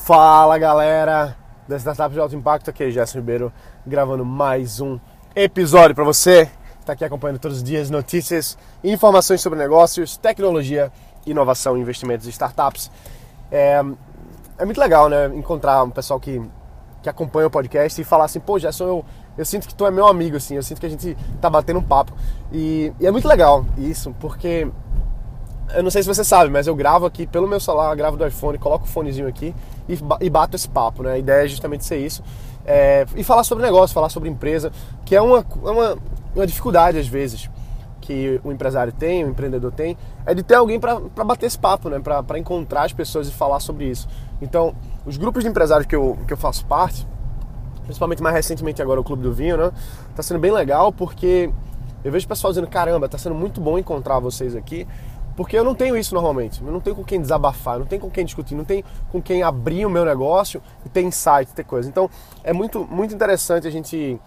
Fala galera da Startup de Alto Impacto, aqui é Gerson Ribeiro gravando mais um episódio para você. Está aqui acompanhando todos os dias notícias e informações sobre negócios, tecnologia, inovação, investimentos e startups. É muito legal, né, encontrar um pessoal que acompanha o podcast e falar assim, pô Gerson, eu sinto que tu é meu amigo, assim, eu sinto que a gente tá batendo um papo. E é muito legal isso, porque eu não sei se você sabe, mas eu gravo aqui pelo meu celular, gravo do iPhone, coloco o fonezinho aqui e bato esse papo, né? A ideia é justamente ser isso. E falar sobre negócio, falar sobre empresa, que é uma dificuldade às vezes que o empresário tem, o empreendedor tem, é de ter alguém para bater esse papo, né? Para encontrar as pessoas e falar sobre isso. Então, os grupos de empresários que eu faço parte, principalmente mais recentemente agora o Clube do Vinho, né? Tá sendo bem legal porque eu vejo o pessoal dizendo, caramba, tá sendo muito bom encontrar vocês aqui, porque eu não tenho isso normalmente, eu não tenho com quem desabafar, não tenho com quem discutir, não tenho com quem abrir o meu negócio e ter insight, ter coisa. Então é muito, muito interessante a gente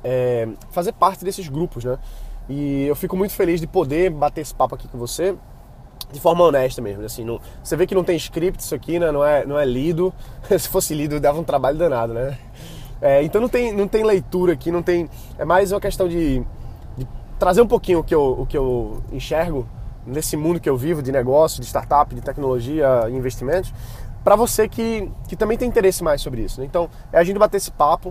fazer parte desses grupos, né? E eu fico muito feliz de poder bater esse papo aqui com você de forma honesta mesmo, assim, você vê que não tem script isso aqui, né? Não é lido, se fosse lido dava um trabalho danado, né? Então não tem leitura aqui, não tem, é mais uma questão de trazer um pouquinho o que eu enxergo nesse mundo que eu vivo de negócio, de startup, de tecnologia e investimentos, para você que também tem interesse mais sobre isso, né? Então, a gente bater esse papo,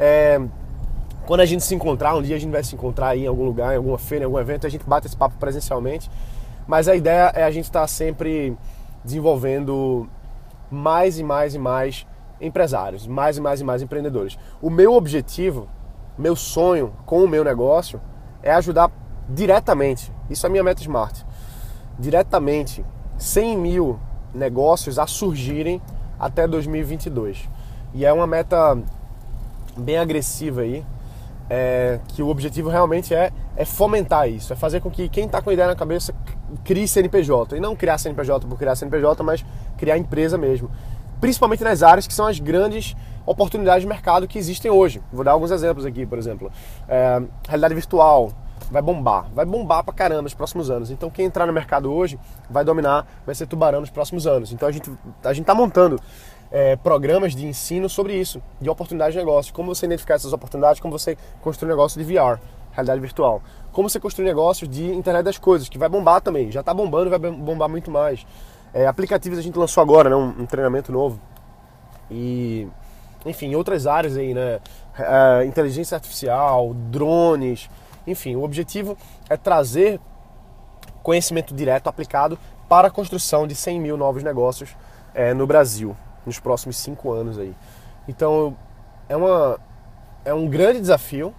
quando a gente se encontrar, um dia a gente vai se encontrar aí em algum lugar, em alguma feira, em algum evento, a gente bate esse papo presencialmente, mas a ideia é a gente estar sempre desenvolvendo mais e mais e mais empresários, mais e mais e mais empreendedores. O meu objetivo, meu sonho com o meu negócio é ajudar diretamente, isso é a minha meta Smart, diretamente 100 mil negócios a surgirem até 2022. E é uma meta bem agressiva aí, que o objetivo realmente é fomentar isso, é fazer com que quem está com ideia na cabeça crie CNPJ, e não criar CNPJ por criar CNPJ, mas criar empresa mesmo, principalmente nas áreas que são as grandes oportunidades de mercado que existem hoje. Vou dar alguns exemplos aqui, por exemplo, realidade virtual, vai bombar pra caramba nos próximos anos. Então quem entrar no mercado hoje vai dominar, vai ser tubarão nos próximos anos. Então a gente tá montando programas de ensino sobre isso, de oportunidades de negócio, como você identificar essas oportunidades, como você construir um negócio de VR, realidade virtual, como você construir negócios de internet das coisas, que vai bombar também, já tá bombando e vai bombar muito mais. Aplicativos a gente lançou agora, né, um treinamento novo. E, enfim, outras áreas aí, né, inteligência artificial, drones. Enfim, o objetivo é trazer conhecimento direto aplicado para a construção de 100 mil novos negócios no Brasil, nos próximos 5 anos aí. Então, é um grande desafio,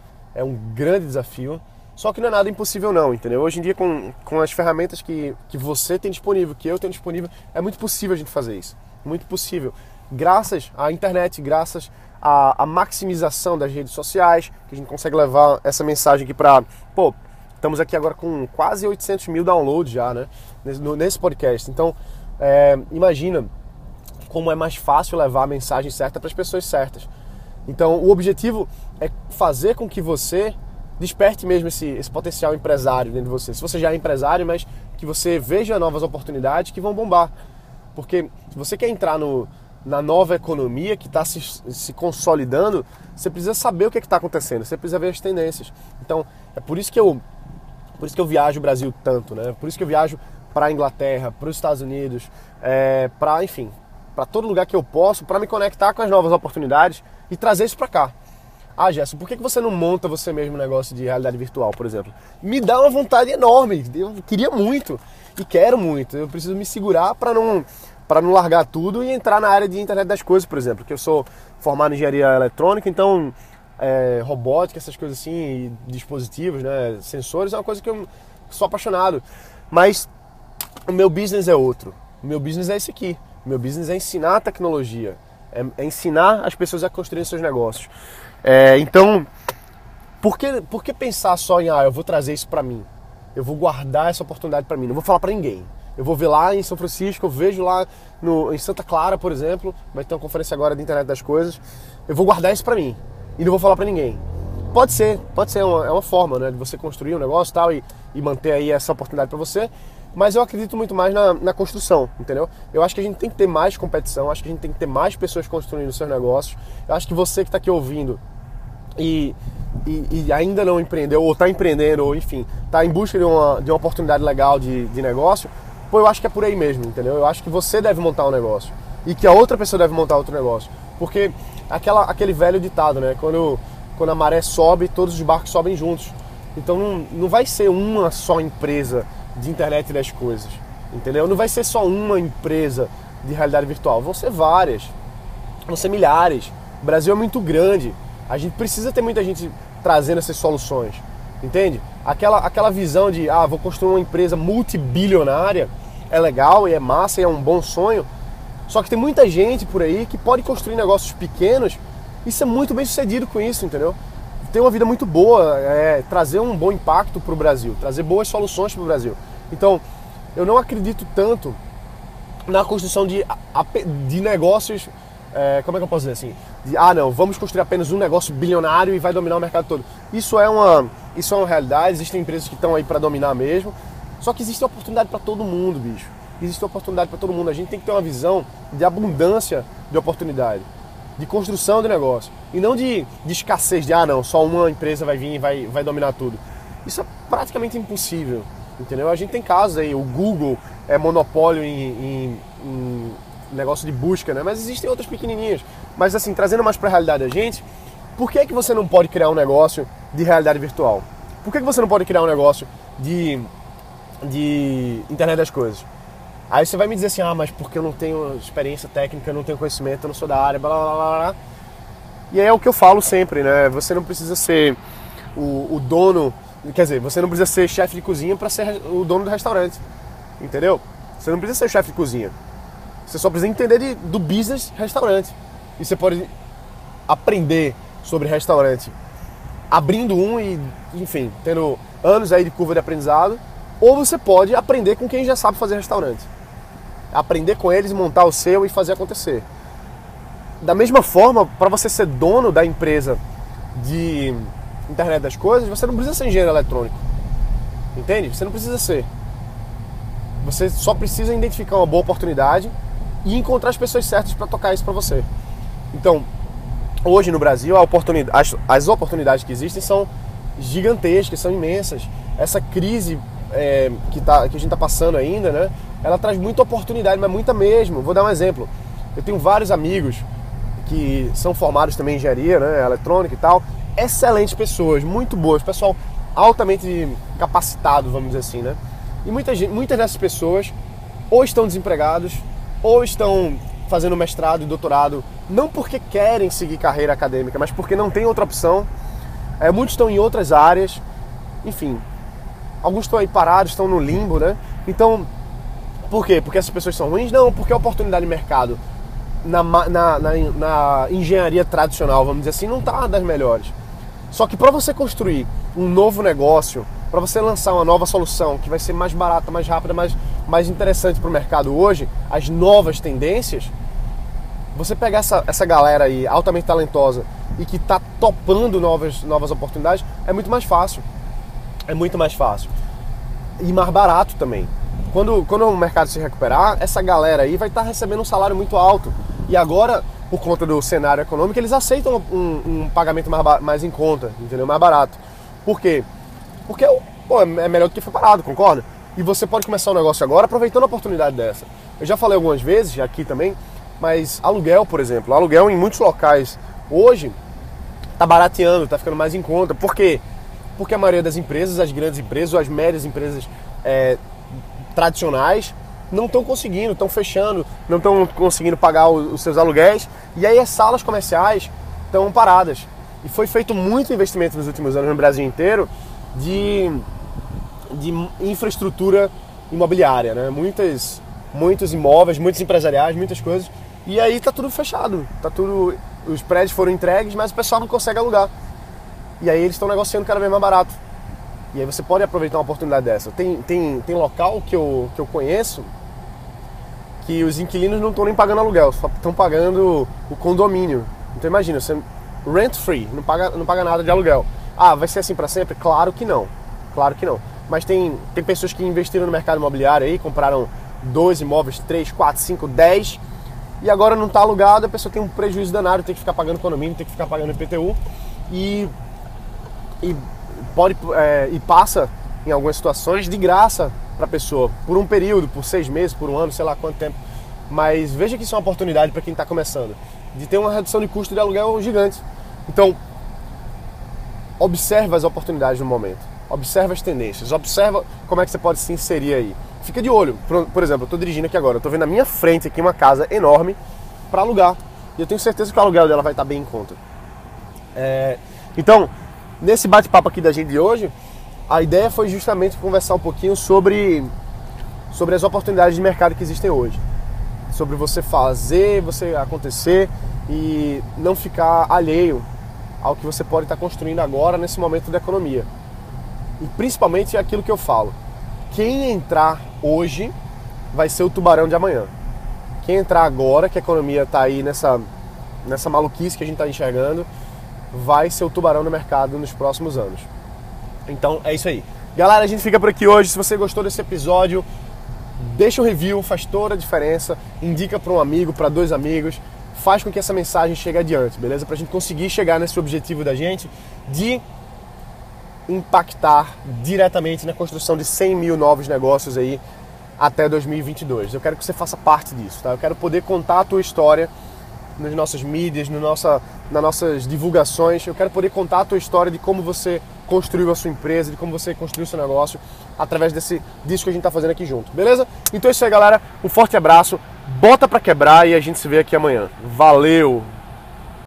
só que não é nada impossível não, entendeu? Hoje em dia, com as ferramentas que você tem disponível, que eu tenho disponível, é muito possível a gente fazer isso, muito possível. Graças à internet, graças à maximização das redes sociais, que a gente consegue levar essa mensagem aqui para... Pô, estamos aqui agora com quase 800 mil downloads já, né? Nesse podcast. Então, imagina como é mais fácil levar a mensagem certa para as pessoas certas. Então, o objetivo é fazer com que você desperte mesmo esse potencial empresário dentro de você. Se você já é empresário, mas que você veja novas oportunidades que vão bombar. Porque se você quer entrar na nova economia que está se consolidando, você precisa saber o que está acontecendo, você precisa ver as tendências. Então, é por isso que eu viajo o Brasil tanto, né? Por isso que eu viajo para a Inglaterra, para os Estados Unidos, para todo lugar que eu posso, para me conectar com as novas oportunidades e trazer isso para cá. Ah, Gerson, por que você não monta você mesmo um negócio de realidade virtual, por exemplo? Me dá uma vontade enorme, eu queria muito e quero muito, eu preciso me segurar para não largar tudo e entrar na área de internet das coisas, por exemplo, que eu sou formado em engenharia eletrônica, então robótica, essas coisas assim, e dispositivos, né, sensores, é uma coisa que eu sou apaixonado. Mas o meu business é outro, o meu business é esse aqui, o meu business é ensinar a tecnologia, é ensinar as pessoas a construir seus negócios. Então, por que pensar só em, eu vou trazer isso para mim, eu vou guardar essa oportunidade para mim, não vou falar para ninguém. Eu vou ver lá em São Francisco, eu vejo lá em Santa Clara, por exemplo, vai ter uma conferência agora de internet das coisas, eu vou guardar isso pra mim e não vou falar pra ninguém. Pode ser, é uma forma, né, de você construir um negócio e tal e manter aí essa oportunidade pra você. Mas eu acredito muito mais na construção, entendeu? Eu acho que a gente tem que ter mais competição, acho que a gente tem que ter mais pessoas construindo seus negócios. Eu acho que você que está aqui ouvindo e ainda não empreendeu, ou está empreendendo, ou enfim, está em busca de uma oportunidade legal de negócio, pô, eu acho que é por aí mesmo, entendeu? Eu acho que você deve montar um negócio e que a outra pessoa deve montar outro negócio. Porque aquele velho ditado, né? Quando a maré sobe, todos os barcos sobem juntos. Então não vai ser uma só empresa de internet das coisas, entendeu? Não vai ser só uma empresa de realidade virtual, vão ser várias, vão ser milhares. O Brasil é muito grande, a gente precisa ter muita gente trazendo essas soluções, entende? Aquela visão de, vou construir uma empresa multibilionária, é legal e é massa e é um bom sonho, só que tem muita gente por aí que pode construir negócios pequenos e ser muito bem sucedido com isso, entendeu? Ter uma vida muito boa, trazer um bom impacto para o Brasil, trazer boas soluções para o Brasil. Então, eu não acredito tanto na construção de negócios, como é que eu posso dizer assim? Não, vamos construir apenas um negócio bilionário e vai dominar o mercado todo. Isso é uma realidade, existem empresas que estão aí para dominar mesmo, só que existe oportunidade para todo mundo, bicho. Existe oportunidade para todo mundo. A gente tem que ter uma visão de abundância de oportunidade, de construção de negócio, e não de escassez, de não, só uma empresa vai vir e vai dominar tudo. Isso é praticamente impossível, entendeu? A gente tem casos aí, o Google é monopólio em negócio de busca, né? Mas existem outras pequenininhas. Mas assim, trazendo mais para a realidade da gente, por que você não pode criar um negócio de realidade virtual? Por que você não pode criar um negócio de internet das coisas? Aí você vai me dizer assim, mas porque eu não tenho experiência técnica, eu não tenho conhecimento, eu não sou da área, blá blá blá blá. E aí é o que eu falo sempre, né? Você não precisa ser o dono, quer dizer, você não precisa ser chefe de cozinha para ser o dono do restaurante, entendeu? Você não precisa ser chefe de cozinha. Você só precisa entender do business restaurante. E você pode aprender sobre restaurante abrindo um e, enfim, tendo anos aí de curva de aprendizado, ou você pode aprender com quem já sabe fazer restaurante. Aprender com eles, montar o seu e fazer acontecer. Da mesma forma, para você ser dono da empresa de internet das coisas, você não precisa ser engenheiro eletrônico. Entende? Você não precisa ser. Você só precisa identificar uma boa oportunidade e encontrar as pessoas certas para tocar isso para você. Então, hoje no Brasil, as oportunidades que existem são gigantescas, são imensas. Essa crise que a gente está passando ainda, né? Ela traz muita oportunidade, mas muita mesmo. Vou dar um exemplo. Eu tenho vários amigos que são formados também em engenharia, né, eletrônica e tal. Excelentes pessoas, muito boas, pessoal altamente capacitado, vamos dizer assim, né? E muitas dessas pessoas ou estão desempregados, ou estão fazendo mestrado e doutorado, não porque querem seguir carreira acadêmica, mas porque não tem outra opção. Muitos estão em outras áreas, enfim. Alguns estão aí parados, estão no limbo, né? Então, por quê? Porque essas pessoas são ruins? Não, porque a oportunidade de mercado na engenharia tradicional, vamos dizer assim, não está das melhores. Só que para você construir um novo negócio, para você lançar uma nova solução que vai ser mais barata, mais rápida, mais interessante para o mercado hoje, as novas tendências, você pegar essa galera aí altamente talentosa e que está topando novas oportunidades, é muito mais fácil. É muito mais fácil. E mais barato também. Quando o mercado se recuperar, essa galera aí vai estar recebendo um salário muito alto. E agora, por conta do cenário econômico, eles aceitam um pagamento mais em conta, entendeu? Mais barato. Por quê? Porque é melhor do que ficar parado, concorda? E você pode começar um negócio agora aproveitando a oportunidade dessa. Eu já falei algumas vezes, aqui também, mas aluguel, por exemplo. Aluguel em muitos locais hoje está barateando, está ficando mais em conta. Por quê? Porque a maioria das empresas, as grandes empresas ou as médias empresas tradicionais não estão conseguindo, estão fechando, não estão conseguindo pagar os seus aluguéis, e aí as salas comerciais estão paradas. E foi feito muito investimento nos últimos anos no Brasil inteiro de infraestrutura imobiliária, né? Muitos imóveis, muitos empresariais, muitas coisas, e aí tá tudo fechado, os prédios foram entregues, mas o pessoal não consegue alugar. E aí eles estão negociando cada vez mais barato. E aí você pode aproveitar uma oportunidade dessa. Tem local que eu conheço que os inquilinos não estão nem pagando aluguel, só estão pagando o condomínio. Então imagina, você rent free, não paga nada de aluguel. Vai ser assim para sempre? Claro que não. Claro que não. mas tem pessoas que investiram no mercado imobiliário aí, compraram 2 imóveis, 3, 4, 5, 10, e agora não está alugado, a pessoa tem um prejuízo danado, tem que ficar pagando condomínio, tem que ficar pagando IPTU, e passa, em algumas situações, de graça para a pessoa, por um período, por 6 meses, por um ano, sei lá quanto tempo. Mas veja que isso é uma oportunidade para quem está começando, de ter uma redução de custo de aluguel gigante. Então, observa as oportunidades no momento, observa as tendências, observa como é que você pode se inserir aí. Fica de olho. Por exemplo, eu estou dirigindo aqui agora, eu estou vendo na minha frente aqui uma casa enorme para alugar, e eu tenho certeza que o aluguel dela vai estar bem em conta. Então, nesse bate-papo aqui da gente de hoje, a ideia foi justamente conversar um pouquinho sobre as oportunidades de mercado que existem hoje. Sobre você fazer, você acontecer e não ficar alheio ao que você pode estar construindo agora nesse momento da economia. E principalmente aquilo que eu falo. Quem entrar hoje vai ser o tubarão de amanhã. Quem entrar agora, que a economia está aí nessa maluquice que a gente está enxergando, vai ser o tubarão no mercado nos próximos anos. Então é isso aí. Galera, a gente fica por aqui hoje. Se você gostou desse episódio, deixa um review, faz toda a diferença. Indica para um amigo, para 2 amigos. Faz com que essa mensagem chegue adiante, beleza? Para a gente conseguir chegar nesse objetivo da gente de impactar diretamente na construção de 100 mil novos negócios aí até 2022. Eu quero que você faça parte disso, tá? Eu quero poder contar a tua história nas nossas mídias, nas nossas divulgações. Eu quero poder contar a tua história de como você construiu a sua empresa, de como você construiu o seu negócio através disso que a gente está fazendo aqui junto, beleza? Então é isso aí, galera. Um forte abraço, bota pra quebrar e a gente se vê aqui amanhã. Valeu!